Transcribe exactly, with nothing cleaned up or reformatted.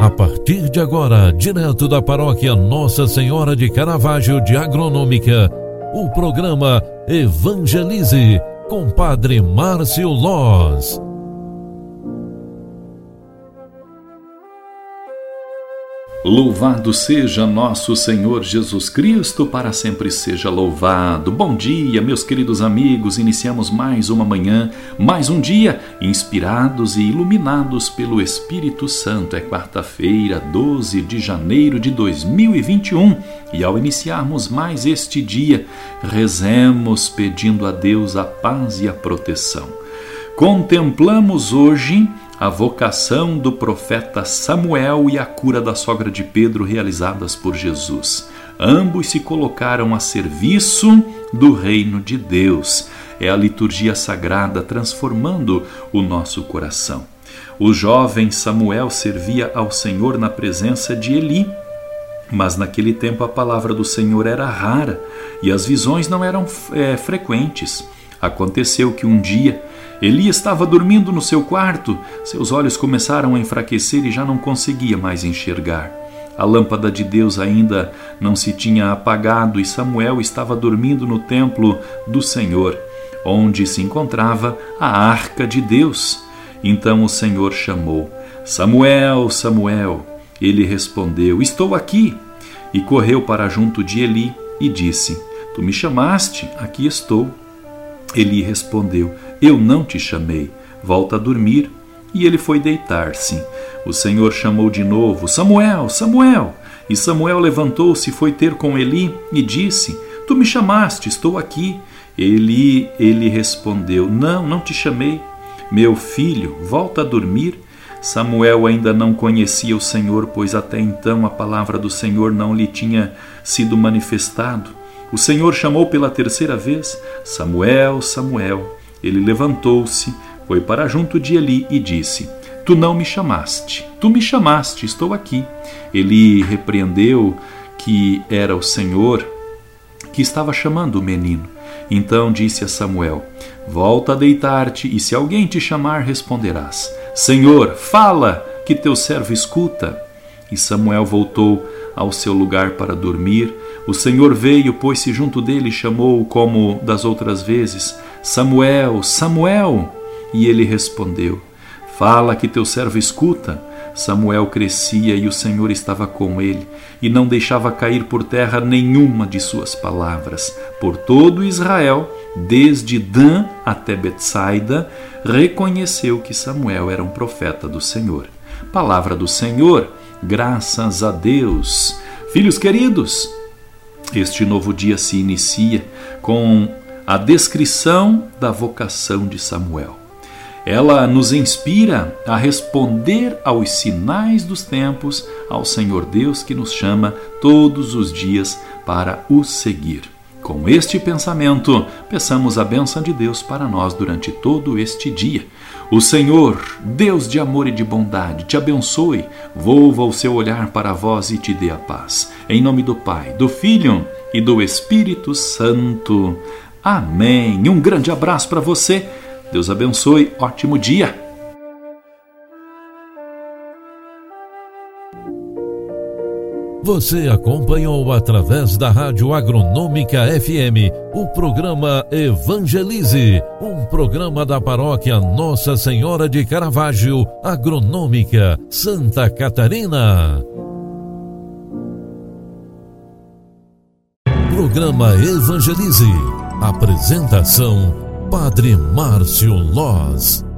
A partir de agora, direto da paróquia Nossa Senhora de Caravaggio de Agronômica, o programa Evangelize com Padre Márcio Loz. Louvado seja nosso Senhor Jesus Cristo, para sempre seja louvado. Bom dia, meus queridos amigos. Iniciamos mais uma manhã, mais um dia, inspirados e iluminados pelo Espírito Santo. É quarta-feira, doze de janeiro de dois mil e vinte e um. E ao iniciarmos mais este dia, rezemos pedindo a Deus a paz e a proteção. Contemplamos hoje a vocação do profeta Samuel e a cura da sogra de Pedro realizadas por Jesus. Ambos se colocaram a serviço do reino de Deus. É a liturgia sagrada transformando o nosso coração. O jovem Samuel servia ao Senhor na presença de Eli, mas naquele tempo a palavra do Senhor era rara e as visões não eram é, frequentes. Aconteceu que um dia Eli estava dormindo no seu quarto, seus olhos começaram a enfraquecer e já não conseguia mais enxergar. A lâmpada de Deus ainda não se tinha apagado e Samuel estava dormindo no templo do Senhor, onde se encontrava a arca de Deus. Então o Senhor chamou: Samuel, Samuel. Ele respondeu: estou aqui. E correu para junto de Eli e disse: tu me chamaste, aqui estou. Eli respondeu: eu não te chamei, volta a dormir. E ele foi deitar-se. O Senhor chamou de novo: Samuel, Samuel. E Samuel levantou-se e foi ter com Eli e disse: tu me chamaste, estou aqui. Eli, ele respondeu: não, não te chamei. Meu filho, volta a dormir. Samuel ainda não conhecia o Senhor, pois até então a palavra do Senhor não lhe tinha sido manifestado. O Senhor chamou pela terceira vez: Samuel, Samuel. Ele levantou-se, foi para junto de Eli e disse: tu não me chamaste, tu me chamaste, estou aqui. Eli repreendeu que era o Senhor que estava chamando o menino. Então disse a Samuel: volta a deitar-te, e se alguém te chamar, responderás: Senhor, fala, que teu servo escuta. E Samuel voltou ao seu lugar para dormir. O Senhor veio, pôs-se junto dele e chamou como das outras vezes: Samuel, Samuel. E ele respondeu: fala, que teu servo escuta. Samuel crescia e o Senhor estava com ele, e não deixava cair por terra nenhuma de suas palavras. Por todo Israel, desde Dan até Betsaida, reconheceu que Samuel era um profeta do Senhor. Palavra do Senhor, graças a Deus. Filhos queridos, este novo dia se inicia com a descrição da vocação de Samuel. Ela nos inspira a responder aos sinais dos tempos, ao Senhor Deus que nos chama todos os dias para o seguir. Com este pensamento, peçamos a bênção de Deus para nós durante todo este dia. O Senhor, Deus de amor e de bondade, te abençoe, volva o seu olhar para vós e te dê a paz. Em nome do Pai, do Filho e do Espírito Santo. Amém. Um grande abraço para você. Deus abençoe. Ótimo dia. Você acompanhou através da Rádio Agronômica F M o programa Evangelize, um programa da paróquia Nossa Senhora de Caravaggio, Agronômica, Santa Catarina. Programa Evangelize. Apresentação: Padre Márcio Loz.